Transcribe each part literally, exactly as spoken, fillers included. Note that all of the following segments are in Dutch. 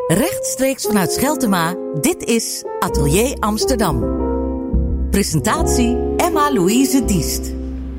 Rechtstreeks vanuit Scheltema, dit is Atelier Amsterdam. Presentatie Emma-Louise Diest.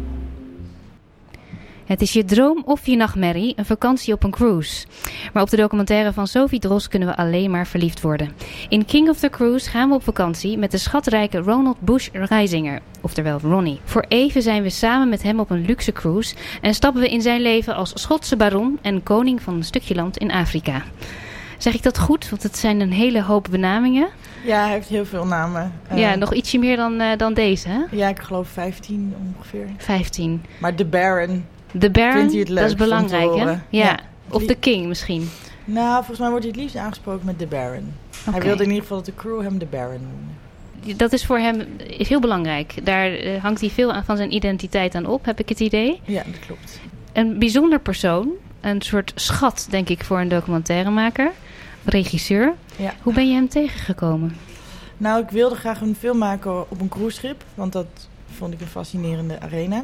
Het is je droom of je nachtmerrie, een vakantie op een cruise. Maar op de documentaire van Sophie Drost kunnen we alleen maar verliefd worden. In King of the Cruise gaan we op vakantie met de schatrijke Ronald Bush Reisinger, oftewel Ronnie. Voor even zijn we samen met hem op een luxe cruise en stappen we in zijn leven als Schotse baron en koning van een stukje land in Afrika. Zeg ik dat goed? Want het zijn een hele hoop benamingen. Ja, hij heeft heel veel namen. Uh, ja, nog ietsje meer dan, uh, dan deze, hè? Ja, ik geloof vijftien ongeveer. vijftien. Maar de Baron. De Baron, dat is belangrijk, hè? Ja. ja. Of de King misschien. Nou, volgens mij wordt hij het liefst aangesproken met de Baron. Okay. Hij wilde in ieder geval dat de crew hem de Baron noemde. Dat is voor hem is heel belangrijk. Daar uh, hangt hij veel aan van zijn identiteit aan op, heb ik het idee. Ja, dat klopt. Een bijzonder persoon. Een soort schat, denk ik, voor een documentairemaker. Regisseur. Ja. Hoe ben je hem tegengekomen? Nou, ik wilde graag een film maken op een cruiseschip. Want dat vond ik een fascinerende arena.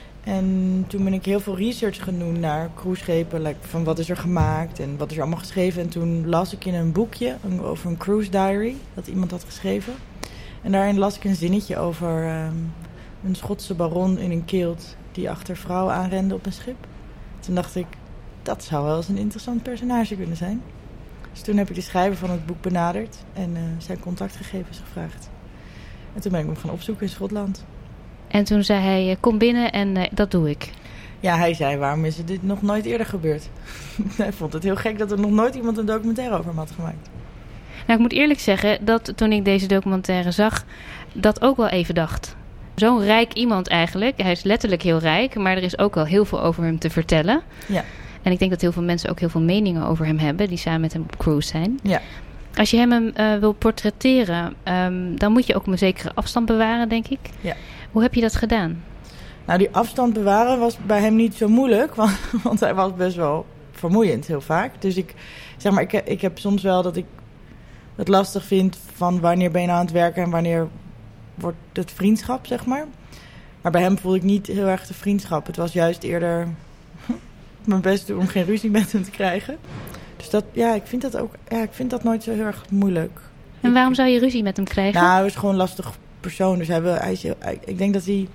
En toen ben ik heel veel research gaan doen naar cruiseschepen. Like van wat is er gemaakt en wat is er allemaal geschreven. En toen las ik in een boekje over een cruise diary. Dat iemand had geschreven. En daarin las ik een zinnetje over um, een Schotse baron in een kilt die achter vrouwen aanrende op een schip. Toen dacht ik, dat zou wel eens een interessant personage kunnen zijn. Dus toen heb ik de schrijver van het boek benaderd en uh, zijn contactgegevens gevraagd. En toen ben ik hem gaan opzoeken in Schotland. En toen zei hij, kom binnen en uh, dat doe ik. Ja, hij zei, waarom is dit nog nooit eerder gebeurd? Hij vond het heel gek dat er nog nooit iemand een documentaire over hem had gemaakt. Nou, ik moet eerlijk zeggen dat toen ik deze documentaire zag, dat ook wel even dacht. Zo'n rijk iemand eigenlijk. Hij is letterlijk heel rijk, maar er is ook wel heel veel over hem te vertellen. Ja. En ik denk dat heel veel mensen ook heel veel meningen over hem hebben, die samen met hem op cruise zijn. Ja. Als je hem uh, wil portretteren, um, dan moet je ook een zekere afstand bewaren, denk ik. Ja. Hoe heb je dat gedaan? Nou, die afstand bewaren was bij hem niet zo moeilijk, want, want hij was best wel vermoeiend heel vaak. Dus ik, zeg maar, ik, ik heb soms wel dat ik het lastig vind van wanneer ben je nou aan het werken en wanneer wordt het vriendschap, zeg maar. Maar bij hem voelde ik niet heel erg de vriendschap. Het was juist eerder mijn best doen om geen ruzie met hem te krijgen. Dus dat, ja, ik vind dat ook, ja, ik vind dat nooit zo heel erg moeilijk. En waarom zou je ruzie met hem krijgen? Nou, hij is gewoon een lastig persoon. Dus hij wil, hij is, hij, ik denk dat hij,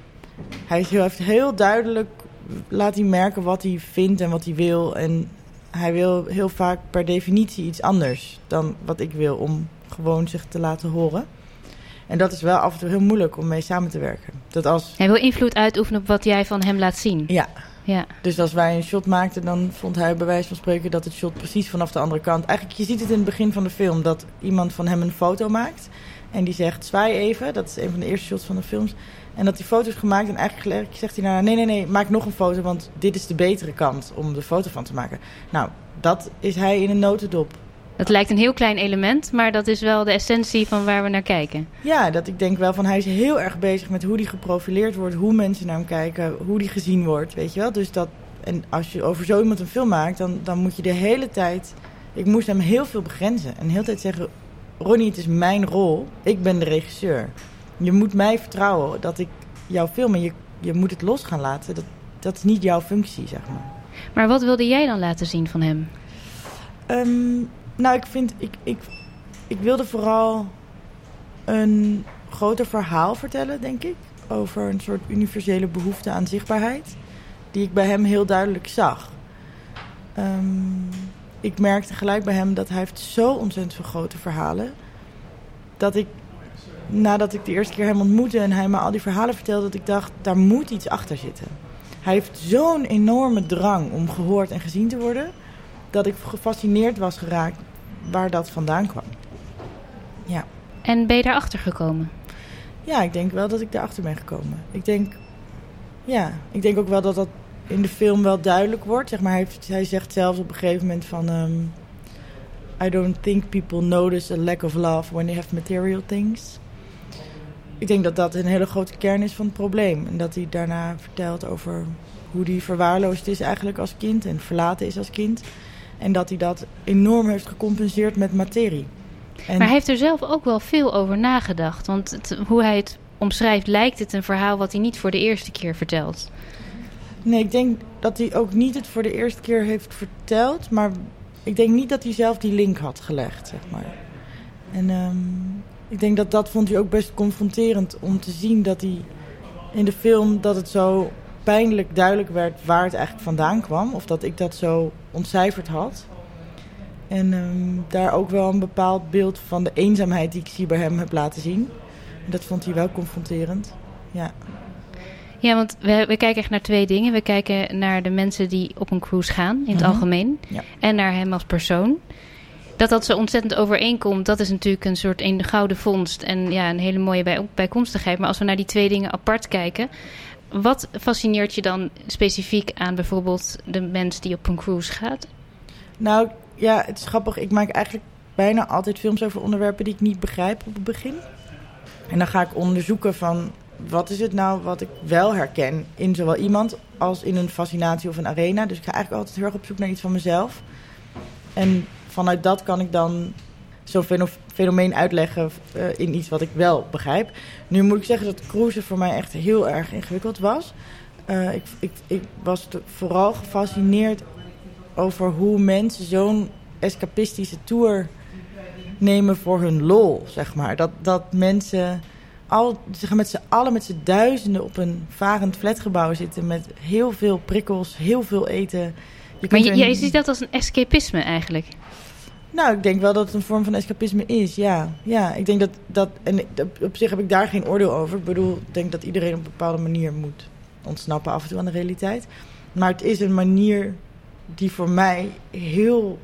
hij is heel, heeft heel duidelijk, laat hij merken wat hij vindt en wat hij wil. En hij wil heel vaak per definitie iets anders dan wat ik wil om gewoon zich te laten horen. En dat is wel af en toe heel moeilijk om mee samen te werken. Dat als... Hij wil invloed uitoefenen op wat jij van hem laat zien. Ja. ja. Dus als wij een shot maakten, dan vond hij bij wijze van spreken dat het shot precies vanaf de andere kant. Eigenlijk, je ziet het in het begin van de film, dat iemand van hem een foto maakt. En die zegt, zwaai even. Dat is een van de eerste shots van de films. En dat die foto is gemaakt en eigenlijk zegt hij nou, nee, nee, nee, maak nog een foto, want dit is de betere kant om de foto van te maken. Nou, dat is hij in een notendop. Dat lijkt een heel klein element, maar dat is wel de essentie van waar we naar kijken. Ja, dat ik denk wel van hij is heel erg bezig met hoe die geprofileerd wordt, hoe mensen naar hem kijken, hoe die gezien wordt, weet je wel. Dus dat, en als je over zo iemand een film maakt, dan, dan moet je de hele tijd, ik moest hem heel veel begrenzen en de hele tijd zeggen, Ronnie, het is mijn rol, ik ben de regisseur. Je moet mij vertrouwen dat ik jou film en je, je moet het los gaan laten. Dat, dat is niet jouw functie, zeg maar. Maar wat wilde jij dan laten zien van hem? Um, nou, ik vind... Ik, ik, ik wilde vooral een groter verhaal vertellen, denk ik. Over een soort universele behoefte aan zichtbaarheid. Die ik bij hem heel duidelijk zag. Um, ik merkte gelijk bij hem dat hij heeft zo ontzettend veel grote verhalen. Dat ik, nadat ik de eerste keer hem ontmoette en hij me al die verhalen vertelde, dat ik dacht, daar moet iets achter zitten. Hij heeft zo'n enorme drang om gehoord en gezien te worden, dat ik gefascineerd was geraakt waar dat vandaan kwam. Ja. En ben je daarachter gekomen? Ja, ik denk wel dat ik daarachter ben gekomen. Ik denk, ja, ik denk ook wel dat dat in de film wel duidelijk wordt. Zeg maar, hij, heeft, hij zegt zelfs op een gegeven moment van, Um, I don't think people notice a lack of love when they have material things. Ik denk dat dat een hele grote kern is van het probleem. En dat hij daarna vertelt over hoe hij verwaarloosd is eigenlijk als kind en verlaten is als kind. En dat hij dat enorm heeft gecompenseerd met materie. En maar hij heeft er zelf ook wel veel over nagedacht. Want het, hoe hij het omschrijft, lijkt het een verhaal wat hij niet voor de eerste keer vertelt. Nee, ik denk dat hij ook niet het voor de eerste keer heeft verteld. Maar ik denk niet dat hij zelf die link had gelegd, zeg maar. En um, ik denk dat dat vond hij ook best confronterend om te zien dat hij in de film, dat het zo pijnlijk duidelijk werd waar het eigenlijk vandaan kwam. Of dat ik dat zo ontcijferd had. En um, daar ook wel een bepaald beeld van de eenzaamheid die ik zie bij hem heb laten zien. En dat vond hij wel confronterend, ja. Ja, want we, we kijken echt naar twee dingen. We kijken naar de mensen die op een cruise gaan, in het Mm-hmm. algemeen. Ja. En naar hem als persoon. Dat dat zo ontzettend overeenkomt, dat is natuurlijk een soort een gouden vondst. En ja, een hele mooie bij, bijkomstigheid. Maar als we naar die twee dingen apart kijken, wat fascineert je dan specifiek aan bijvoorbeeld de mens die op een cruise gaat? Nou, ja, het is grappig. Ik maak eigenlijk bijna altijd films over onderwerpen die ik niet begrijp op het begin. En dan ga ik onderzoeken van, wat is het nou wat ik wel herken in zowel iemand als in een fascinatie of een arena. Dus ik ga eigenlijk altijd heel erg op zoek naar iets van mezelf. En vanuit dat kan ik dan zo'n fenomeen uitleggen uh, in iets wat ik wel begrijp. Nu moet ik zeggen dat cruisen voor mij echt heel erg ingewikkeld was. Uh, ik, ik, ik was vooral gefascineerd over hoe mensen zo'n escapistische tour nemen voor hun lol, zeg maar. Dat, dat mensen, al, ze gaan met z'n allen, met z'n duizenden op een varend flatgebouw zitten met heel veel prikkels, heel veel eten. Je maar je, jij ziet dat als een escapisme eigenlijk? Nou, ik denk wel dat het een vorm van escapisme is, ja. Ja, ik denk dat, dat en op zich heb ik daar geen oordeel over. Ik bedoel, ik denk dat iedereen op een bepaalde manier moet ontsnappen af en toe aan de realiteit. Maar het is een manier die voor mij heel,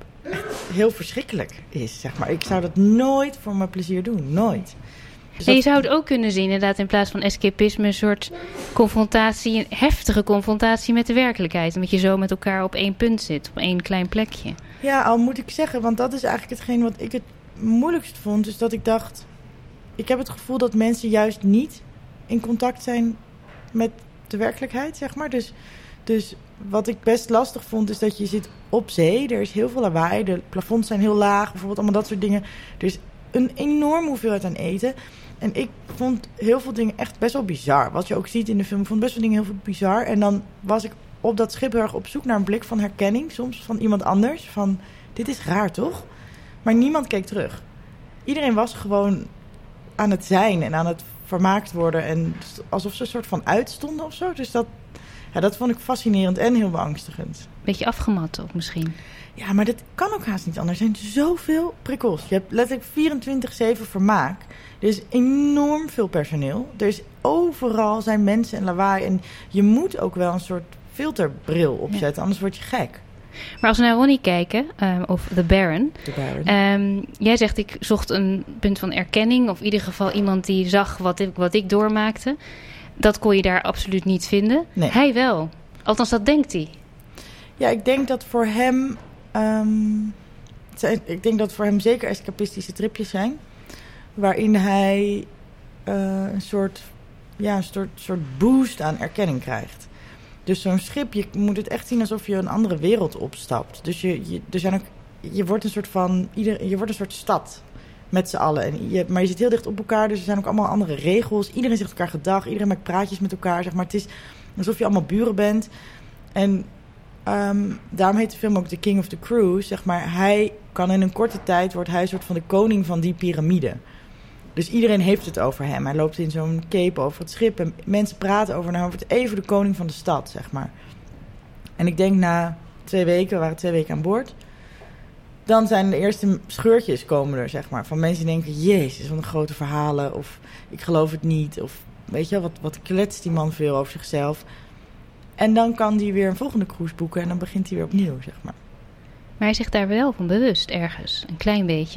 heel verschrikkelijk is, zeg maar. Ik zou dat nooit voor mijn plezier doen, nooit. Dus en je dat... zou het ook kunnen zien, inderdaad, in plaats van escapisme, een soort confrontatie, een heftige confrontatie met de werkelijkheid. Omdat je zo met elkaar op één punt zit, op één klein plekje. Ja, al moet ik zeggen, want dat is eigenlijk hetgeen wat ik het moeilijkst vond. Dus dat ik dacht, ik heb het gevoel dat mensen juist niet in contact zijn met de werkelijkheid, zeg maar. Dus, dus wat ik best lastig vond, is dat je zit op zee. Er is heel veel lawaai, de plafonds zijn heel laag, bijvoorbeeld allemaal dat soort dingen. Er is een enorme hoeveelheid aan eten. En ik vond heel veel dingen echt best wel bizar. Wat je ook ziet in de film, ik vond best wel dingen heel veel bizar. En dan was ik op dat schip heel erg op zoek naar een blik van herkenning. Soms van iemand anders. Van, dit is raar toch? Maar niemand keek terug. Iedereen was gewoon aan het zijn en aan het vermaakt worden. En alsof ze een soort van uitstonden of zo. Dus dat, ja, dat vond ik fascinerend en heel beangstigend. Beetje afgemat ook misschien. Ja, maar dat kan ook haast niet anders. Er zijn zoveel prikkels. Je hebt letterlijk vierentwintig zeven vermaak. Er is enorm veel personeel. Er is overal zijn mensen en lawaai. En je moet ook wel een soort filterbril opzetten, ja. Anders word je gek. Maar als we naar Ronnie kijken, uh, of The Baron. The Baron. Um, jij zegt, ik zocht een punt van erkenning. Of in ieder geval iemand die zag wat ik, wat ik doormaakte. Dat kon je daar absoluut niet vinden. Nee. Hij wel. Althans, dat denkt hij. Ja, ik denk dat voor hem... Um, zijn, ik denk dat voor hem zeker escapistische tripjes zijn. Waarin hij uh, een soort, ja, een soort, soort boost aan erkenning krijgt. Dus zo'n schip, je moet het echt zien alsof je een andere wereld opstapt. Dus je, je, er zijn ook, je wordt een soort van, ieder, je wordt een soort stad met z'n allen. En je, maar je zit heel dicht op elkaar, dus er zijn ook allemaal andere regels. Iedereen zegt elkaar gedag, iedereen maakt praatjes met elkaar, zeg maar. Het is alsof je allemaal buren bent. En um, daarom heet de film ook The King of the Cruise, zeg maar. Hij kan in een korte tijd, wordt hij een soort van de koning van die piramide. Dus iedereen heeft het over hem. Hij loopt in zo'n cape over het schip en mensen praten over hem. Hij wordt even de koning van de stad, zeg maar. En ik denk na twee weken, we waren twee weken aan boord, dan zijn de eerste scheurtjes komen er, zeg maar. Van mensen die denken, jezus, wat een grote verhalen. Of ik geloof het niet. Of weet je, wat, wat kletst die man veel over zichzelf. En dan kan hij weer een volgende cruise boeken en dan begint hij weer opnieuw, zeg maar. Maar hij zich daar wel van bewust ergens, een klein beetje.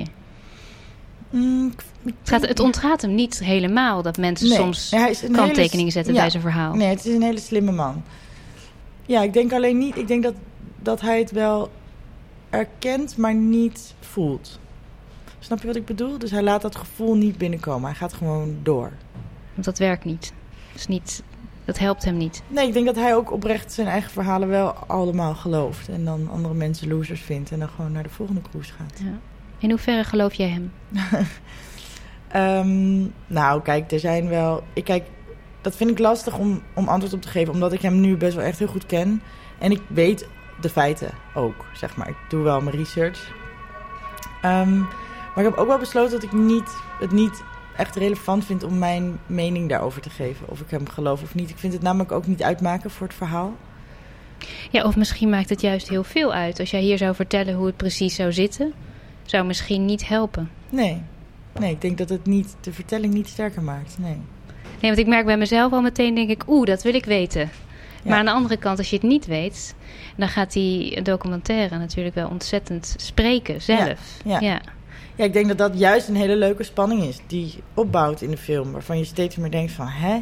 Mm, ik, het, gaat, het ontgaat hem niet helemaal dat mensen nee, soms hij is een kanttekeningen hele, zetten ja, bij zijn verhaal. Nee, het is een hele slimme man. Ja, ik denk alleen niet... Ik denk dat, dat hij het wel erkent, maar niet voelt. Snap je wat ik bedoel? Dus hij laat dat gevoel niet binnenkomen. Hij gaat gewoon door. Want dat werkt niet. Dat is niet... Dat helpt hem niet. Nee, ik denk dat hij ook oprecht zijn eigen verhalen wel allemaal gelooft. En dan andere mensen losers vindt. En dan gewoon naar de volgende cruise gaat. Ja. In hoeverre geloof jij hem? um, nou, kijk, er zijn wel... Ik kijk, dat vind ik lastig om, om antwoord op te geven. Omdat ik hem nu best wel echt heel goed ken. En ik weet de feiten ook, zeg maar. Ik doe wel mijn research. Um, maar ik heb ook wel besloten dat ik niet, het niet echt relevant vind om mijn mening daarover te geven. Of ik hem geloof of niet. Ik vind het namelijk ook niet uitmaken voor het verhaal. Ja, of misschien maakt het juist heel veel uit. Als jij hier zou vertellen hoe het precies zou zitten, zou misschien niet helpen. Nee, nee, ik denk dat het niet, de vertelling niet sterker maakt. Nee. Nee, want ik merk bij mezelf al meteen, denk ik, oeh, dat wil ik weten. Ja. Maar aan de andere kant, als je het niet weet, dan gaat die documentaire natuurlijk wel ontzettend spreken zelf. Ja, ja. ja. ja ik denk dat dat juist een hele leuke spanning is die opbouwt in de film. Waarvan je steeds meer denkt van, hè?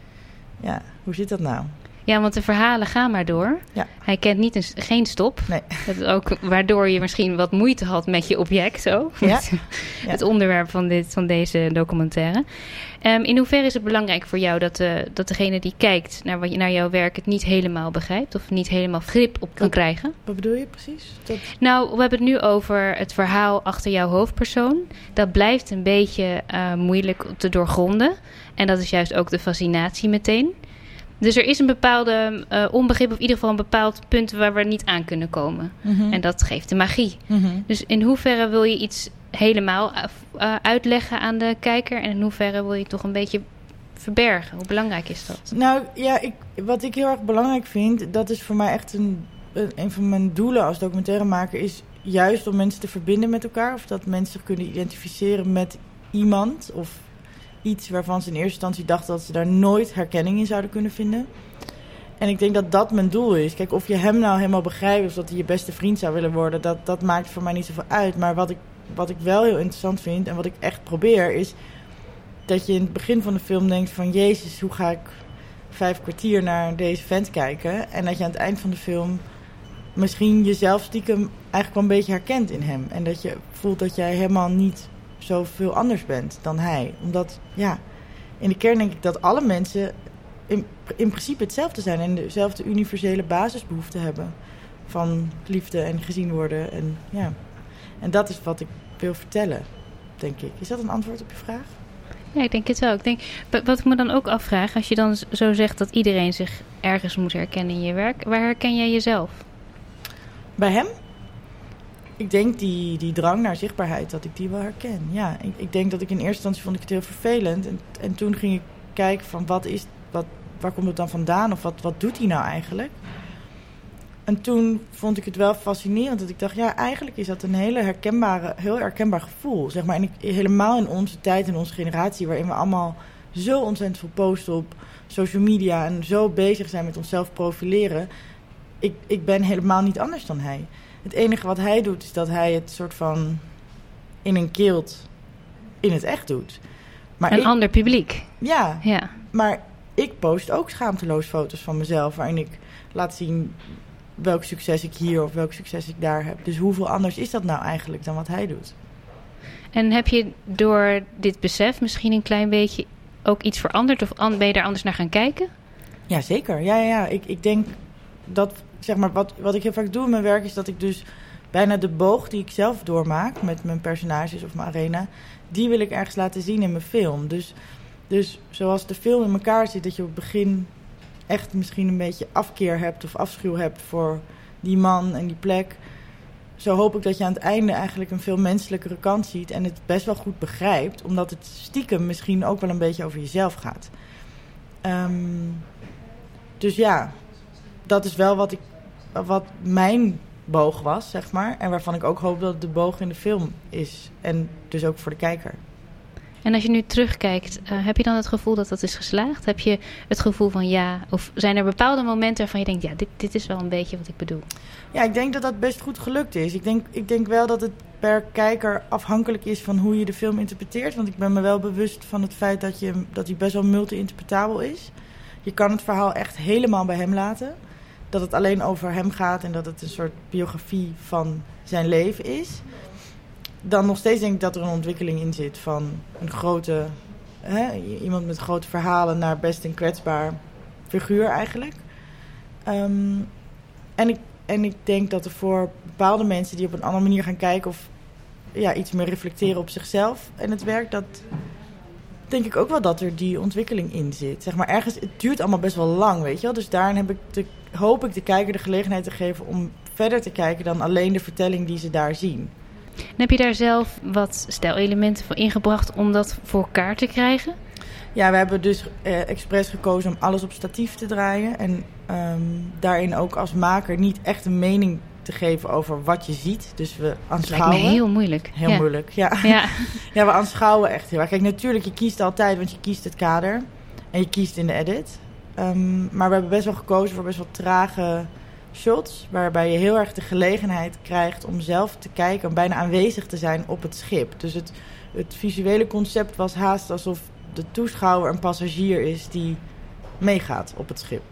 Ja, hoe zit dat nou? Ja, want de verhalen gaan maar door. Ja. Hij kent niet een, geen stop. Nee. Dat is ook waardoor je misschien wat moeite had met je object. Zo. Ja. Het ja. onderwerp van, dit, van deze documentaire. Um, in hoeverre is het belangrijk voor jou dat, uh, dat degene die kijkt naar, wat, naar jouw werk het niet helemaal begrijpt? Of niet helemaal grip op kan wat, krijgen? Wat bedoel je precies? Dat... Nou, we hebben het nu over het verhaal achter jouw hoofdpersoon. Dat blijft een beetje uh, moeilijk te doorgronden. En dat is juist ook de fascinatie meteen. Dus er is een bepaalde uh, onbegrip, of in ieder geval een bepaald punt waar we niet aan kunnen komen. Mm-hmm. En dat geeft de magie. Mm-hmm. Dus in hoeverre wil je iets helemaal uh, uitleggen aan de kijker? En in hoeverre wil je het toch een beetje verbergen? Hoe belangrijk is dat? Nou ja, ik, wat ik heel erg belangrijk vind, dat is voor mij echt een, een van mijn doelen als documentairemaker, is juist om mensen te verbinden met elkaar. Of dat mensen zich kunnen identificeren met iemand of iets waarvan ze in eerste instantie dachten dat ze daar nooit herkenning in zouden kunnen vinden. En ik denk dat dat mijn doel is. Kijk, of je hem nou helemaal begrijpt of dat hij je beste vriend zou willen worden, dat, dat maakt voor mij niet zoveel uit. Maar wat ik, wat ik wel heel interessant vind en wat ik echt probeer, is dat je in het begin van de film denkt van, Jezus, hoe ga ik vijf kwartier naar deze vent kijken? En dat je aan het eind van de film misschien jezelf stiekem eigenlijk wel een beetje herkent in hem. En dat je voelt dat jij helemaal niet zoveel anders bent dan hij. Omdat, ja, in de kern denk ik dat alle mensen in, in principe hetzelfde zijn en dezelfde universele basisbehoeften hebben van liefde en gezien worden. En, ja. en dat is wat ik wil vertellen, denk ik. Is dat een antwoord op je vraag? Ja, ik denk het wel. Ik denk, wat ik me dan ook afvraag, als je dan zo zegt dat iedereen zich ergens moet herkennen in je werk, waar herken jij jezelf? Bij hem? Ik denk die, die drang naar zichtbaarheid, dat ik die wel herken. Ja, ik, ik denk dat ik in eerste instantie vond ik het heel vervelend. En, en toen ging ik kijken van wat is, wat, waar komt het dan vandaan? Of wat, wat doet hij nou eigenlijk? En toen vond ik het wel fascinerend. Dat ik dacht, ja, eigenlijk is dat een hele herkenbare, heel herkenbaar gevoel. Zeg maar, en ik, helemaal in onze tijd, in onze generatie, waarin we allemaal zo ontzettend veel posten op social media en zo bezig zijn met onszelf profileren. Ik, ik ben helemaal niet anders dan hij. Het enige wat hij doet, is dat hij het soort van in een kilt in het echt doet. Maar een ik, ander publiek. Ja, ja, maar ik post ook schaamteloos foto's van mezelf, waarin ik laat zien welk succes ik hier of welk succes ik daar heb. Dus hoeveel anders is dat nou eigenlijk dan wat hij doet? En heb je door dit besef misschien een klein beetje ook iets veranderd? Of ben je daar anders naar gaan kijken? Ja, zeker. Ja, ja, ja. Ik, ik denk dat, zeg maar, wat, wat ik heel vaak doe in mijn werk, is dat ik dus bijna de boog die ik zelf doormaak met mijn personages of mijn arena, die wil ik ergens laten zien in mijn film. Dus, dus zoals de film in elkaar zit, dat je op het begin echt misschien een beetje afkeer hebt of afschuw hebt voor die man en die plek. Zo hoop ik dat je aan het einde eigenlijk een veel menselijkere kant ziet en het best wel goed begrijpt, omdat het stiekem misschien ook wel een beetje over jezelf gaat. Um, dus ja, dat is wel wat, ik, wat mijn boog was, zeg maar. En waarvan ik ook hoop dat het de boog in de film is. En dus ook voor de kijker. En als je nu terugkijkt, uh, heb je dan het gevoel dat dat is geslaagd? Heb je het gevoel van ja, of zijn er bepaalde momenten waarvan je denkt, ja, dit, dit is wel een beetje wat ik bedoel? Ja, ik denk dat dat best goed gelukt is. Ik denk, ik denk wel dat het per kijker afhankelijk is van hoe je de film interpreteert. Want ik ben me wel bewust van het feit dat, je, dat hij best wel multi-interpretabel is. Je kan het verhaal echt helemaal bij hem laten. Dat het alleen over hem gaat en dat het een soort biografie van zijn leven is. Dan nog steeds denk ik dat er een ontwikkeling in zit van een grote, hè, iemand met grote verhalen naar best een kwetsbaar figuur eigenlijk. Um, en, ik, en ik denk dat er voor bepaalde mensen die op een andere manier gaan kijken of ja, iets meer reflecteren op zichzelf en het werk, dat, denk ik ook wel dat er die ontwikkeling in zit. Zeg maar ergens, het duurt allemaal best wel lang, weet je wel. Dus daarin heb ik de, hoop ik de kijker de gelegenheid te geven om verder te kijken dan alleen de vertelling die ze daar zien. En heb je daar zelf wat stijlelementen voor ingebracht om dat voor elkaar te krijgen? Ja, we hebben dus eh, expres gekozen om alles op statief te draaien. En um, daarin ook als maker niet echt een mening te geven over wat je ziet. Dus we aanschouwen. Dat lijkt me heel moeilijk. Heel ja. moeilijk, ja. Ja. Ja, we aanschouwen echt heel erg. Kijk, natuurlijk, je kiest altijd, want je kiest het kader. En je kiest in de edit. Um, maar we hebben best wel gekozen voor best wel trage shots. Waarbij je heel erg de gelegenheid krijgt om zelf te kijken. Om bijna aanwezig te zijn op het schip. Dus het, het visuele concept was haast alsof de toeschouwer een passagier is die meegaat op het schip.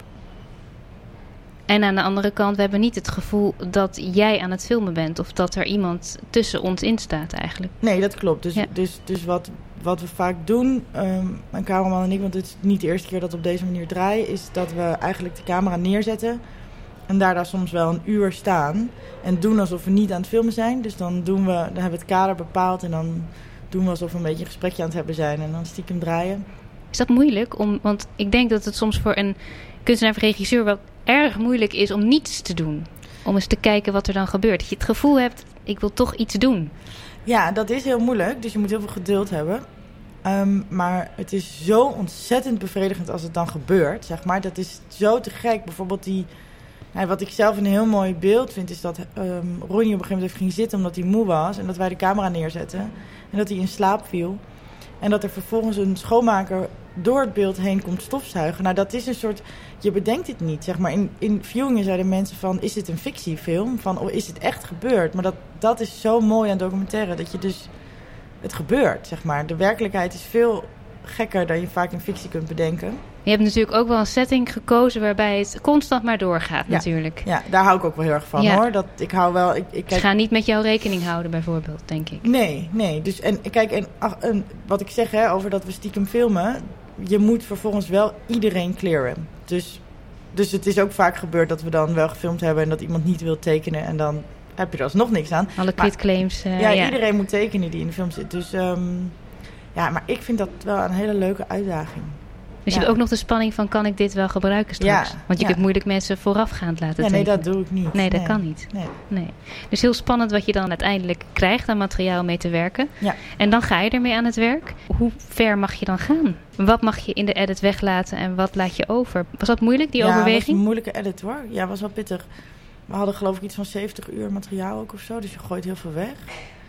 En aan de andere kant, we hebben niet het gevoel dat jij aan het filmen bent. Of dat er iemand tussen ons in staat eigenlijk. Nee, dat klopt. Dus, ja. dus, dus wat, wat we vaak doen, um, mijn cameraman en ik, want het is niet de eerste keer dat we op deze manier draaien, is dat we eigenlijk de camera neerzetten en daar, daar soms wel een uur staan. En doen alsof we niet aan het filmen zijn. Dus dan, doen we, dan hebben we het kader bepaald en dan doen we alsof we een beetje een gesprekje aan het hebben zijn. En dan stiekem draaien. Is dat moeilijk? Om, want ik denk dat het soms voor een kunstenaar of regisseur wel erg moeilijk is om niets te doen. Om eens te kijken wat er dan gebeurt. Dat je het gevoel hebt, ik wil toch iets doen. Ja, dat is heel moeilijk. Dus je moet heel veel geduld hebben. Um, maar het is zo ontzettend bevredigend als het dan gebeurt. Zeg maar. Dat is zo te gek. Bijvoorbeeld die... Nou, wat ik zelf een heel mooi beeld vind, is dat um, Ronnie op een gegeven moment even ging zitten omdat hij moe was. En dat wij de camera neerzetten. En dat hij in slaap viel. En dat er vervolgens een schoonmaker door het beeld heen komt stofzuigen. Nou, dat is een soort... Je bedenkt het niet, zeg maar. In, in viewingen zeiden mensen van, is dit een fictiefilm? Van, oh, is het echt gebeurd? Maar dat, dat is zo mooi aan documentaire, dat je dus... Het gebeurt, zeg maar. De werkelijkheid is veel gekker dan je vaak in fictie kunt bedenken. Je hebt natuurlijk ook wel een setting gekozen waarbij het constant maar doorgaat, ja, natuurlijk. Ja, daar hou ik ook wel heel erg van, ja. hoor. Dat, ik hou wel... Ik, ik kijk... Ze gaan niet met jou rekening houden, bijvoorbeeld, denk ik. Nee, nee. Dus, en kijk, en, ach, en wat ik zeg hè, over dat we stiekem filmen... Je moet vervolgens wel iedereen clearen. Dus, dus het is ook vaak gebeurd dat we dan wel gefilmd hebben... en dat iemand niet wil tekenen en dan heb je er alsnog niks aan. Alle quitclaims. Uh, ja, ja, iedereen moet tekenen die in de film zit. Dus um, ja, maar ik vind dat wel een hele leuke uitdaging. Dus ja. je hebt ook nog de spanning van, kan ik dit wel gebruiken straks? Ja, Want je ja. kunt moeilijk mensen voorafgaand laten ja, nee, tekenen. dat doe ik niet. Nee, dat nee. kan niet. Nee. Nee. Dus heel spannend wat je dan uiteindelijk krijgt aan materiaal mee te werken. Ja. En dan ga je ermee aan het werk. Hoe ver mag je dan gaan? Wat mag je in de edit weglaten en wat laat je over? Was dat moeilijk, die ja, overweging? Ja, dat was een moeilijke edit hoor. Ja, was wel pittig. We hadden geloof ik iets van zeventig uur materiaal ook of zo. Dus je gooit heel veel weg.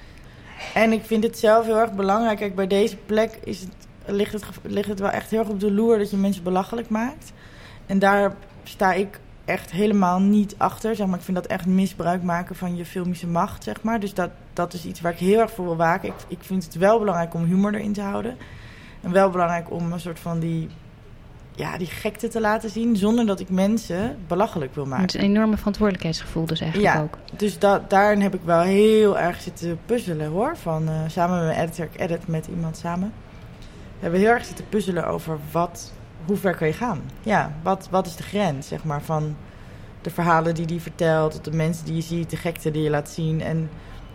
En ik vind het zelf heel erg belangrijk. Kijk, bij deze plek is het... Ligt het, ligt het wel echt heel erg op de loer dat je mensen belachelijk maakt. En daar sta ik echt helemaal niet achter. Zeg maar, ik vind dat echt misbruik maken van je filmische macht, zeg maar. Dus dat, dat is iets waar ik heel erg voor wil waken. Ik, ik vind het wel belangrijk om humor erin te houden. En wel belangrijk om een soort van die, ja, die gekte te laten zien... zonder dat ik mensen belachelijk wil maken. Het is een enorme verantwoordelijkheidsgevoel dus eigenlijk ja, ook. Dus da- daarin heb ik wel heel erg zitten puzzelen, hoor. Van, uh, samen met mijn editor, ik edit met iemand samen... We hebben heel erg zitten puzzelen over wat, hoe ver kan je gaan. Ja, wat, wat is de grens, zeg maar, van de verhalen die hij vertelt... tot de mensen die je ziet, de gekte die je laat zien. En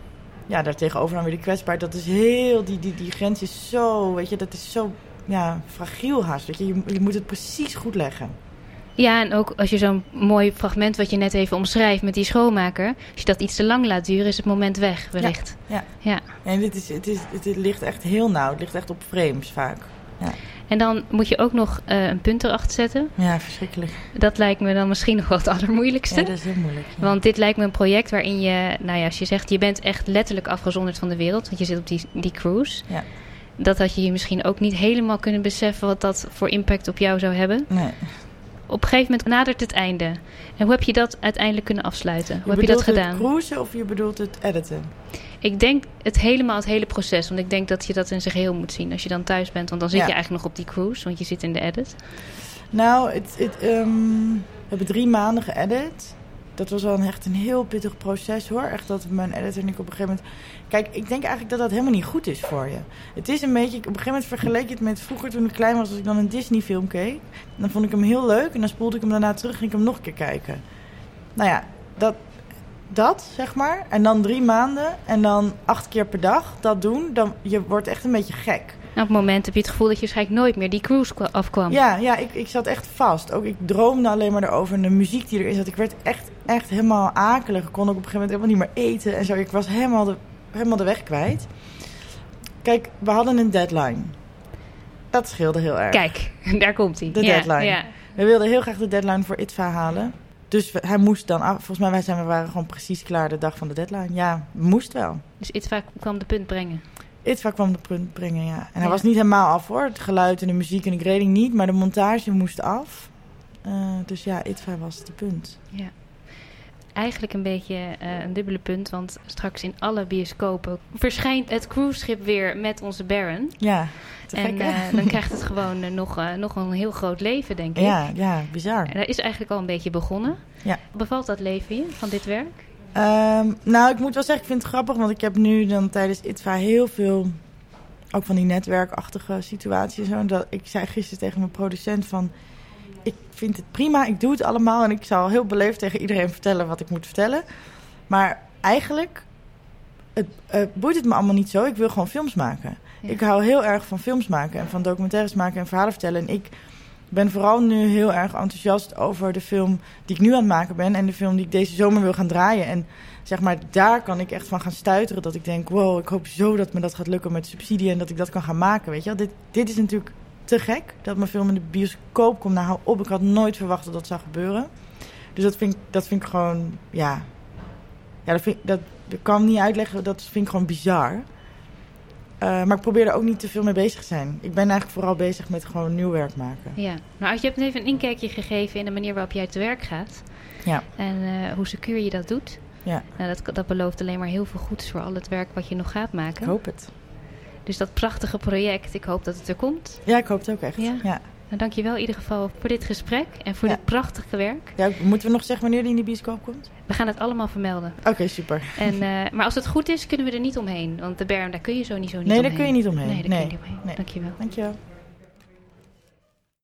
ja, daartegenover dan weer de kwetsbaarheid. Dat is heel, die, die, die grens is zo, weet je, dat is zo ja, fragiel haast. Weet je. Je, je moet het precies goed leggen. Ja, en ook als je zo'n mooi fragment wat je net even omschrijft met die schoonmaker... als je dat iets te lang laat duren, is het moment weg, wellicht. Ja, ja. ja. En dit is, het, is, het, het ligt echt heel nauw. Het ligt echt op frames vaak. Ja. En dan moet je ook nog uh, een punt erachter zetten. Ja, verschrikkelijk. Dat lijkt me dan misschien nog wel het allermoeilijkste. Ja, dat is heel moeilijk. Ja. Want dit lijkt me een project waarin je... Nou ja, als je zegt, je bent echt letterlijk afgezonderd van de wereld... want je zit op die, die cruise... Ja. Dat had je je misschien ook niet helemaal kunnen beseffen... wat dat voor impact op jou zou hebben. Nee. Op een gegeven moment nadert het einde. En hoe heb je dat uiteindelijk kunnen afsluiten? Hoe je heb je dat gedaan? Je bedoelt het cruisen of je bedoelt het editen? Ik denk het helemaal, het hele proces. Want ik denk dat je dat in zijn geheel moet zien als je dan thuis bent. Want dan zit ja. je eigenlijk nog op die cruise, want je zit in de edit. Nou, het, het, um, we hebben drie maanden geëdit. Dat was wel echt een heel pittig proces, hoor. Echt dat mijn editor en ik op een gegeven moment... Kijk, ik denk eigenlijk dat dat helemaal niet goed is voor je. Het is een beetje... Op een gegeven moment vergeleek je het met vroeger toen ik klein was... als ik dan een Disney-film keek. Dan vond ik hem heel leuk. En dan spoelde ik hem daarna terug en ging ik hem nog een keer kijken. Nou ja, dat, dat zeg maar. En dan drie maanden. En dan acht keer per dag dat doen. Dan, je wordt echt een beetje gek. op het moment heb je het gevoel dat je waarschijnlijk nooit meer die cruise kwa- afkwam. Ja, ja ik, ik zat echt vast. Ook ik droomde alleen maar erover en de muziek die erin zat. Ik werd echt, echt helemaal akelig. Ik kon ook op een gegeven moment helemaal niet meer eten en zo. Ik was helemaal de, helemaal de weg kwijt. Kijk, we hadden een deadline. Dat scheelde heel erg. Kijk, daar komt hij. De ja, deadline. Ja. We wilden heel graag de deadline voor I T V A halen. Dus we, hij moest dan af. Volgens mij wij zijn, we waren gewoon precies klaar de dag van de deadline. Ja, moest wel. Dus I T V A kwam de punt brengen. I T V A kwam de punt brengen, ja. En hij Ja. was niet helemaal af hoor. Het geluid en de muziek en de grading niet. Maar de montage moest af. Uh, dus ja, I T V A was de punt. Ja. Eigenlijk een beetje uh, een dubbele punt, want straks in alle bioscopen verschijnt het cruiseschip weer met onze Baron. Ja, te en gek, hè? uh, dan krijgt het gewoon uh, nog, uh, nog een heel groot leven, denk ik. Ja, ja, bizar. En dat is eigenlijk al een beetje begonnen. Ja. Bevalt dat leven je van dit werk? Um, nou, ik moet wel zeggen, ik vind het grappig, want ik heb nu dan tijdens I T V A heel veel, ook van die netwerkachtige situaties. Zo, dat, ik zei gisteren tegen mijn producent van, ik vind het prima, ik doe het allemaal en ik zal heel beleefd tegen iedereen vertellen wat ik moet vertellen. Maar eigenlijk het, uh, boeit het me allemaal niet zo. Ik wil gewoon films maken. Ja. Ik hou heel erg van films maken en van documentaires maken en verhalen vertellen. En ik ben vooral nu heel erg enthousiast over de film die ik nu aan het maken ben en de film die ik deze zomer wil gaan draaien. En zeg maar, daar kan ik echt van gaan stuiteren dat ik denk, wow, ik hoop zo dat me dat gaat lukken met subsidie en dat ik dat kan gaan maken, weet je wel. Dit, dit is natuurlijk te gek dat mijn film in de bioscoop komt. Nou, hou op, ik had nooit verwacht dat dat zou gebeuren. Dus dat vind ik, dat vind ik gewoon, ja... Ja, dat, vind, dat, dat kan ik niet uitleggen, dat vind ik gewoon bizar. Uh, maar ik probeer er ook niet te veel mee bezig te zijn. Ik ben eigenlijk vooral bezig met gewoon nieuw werk maken. Ja, nou, je hebt even een inkijkje gegeven in de manier waarop jij te werk gaat. Ja. En uh, hoe secuur je dat doet. Ja. Nou, dat, dat belooft alleen maar heel veel goeds voor al het werk wat je nog gaat maken. Ik hoop het. Dus dat prachtige project, ik hoop dat het er komt. Ja, ik hoop het ook echt. Ja. Ja. Nou, dank je wel in ieder geval voor dit gesprek en voor ja. dit prachtige werk. Ja, moeten we nog zeggen wanneer die in de bioscoop komt? We gaan het allemaal vermelden. Oké, okay, super. En, uh, maar als het goed is, kunnen we er niet omheen. Want de Baron, daar kun je zo niet zo niet nee, omheen. daar kun je niet omheen. Nee, daar nee. kun je niet omheen. Nee. Dank je wel. Dank je wel.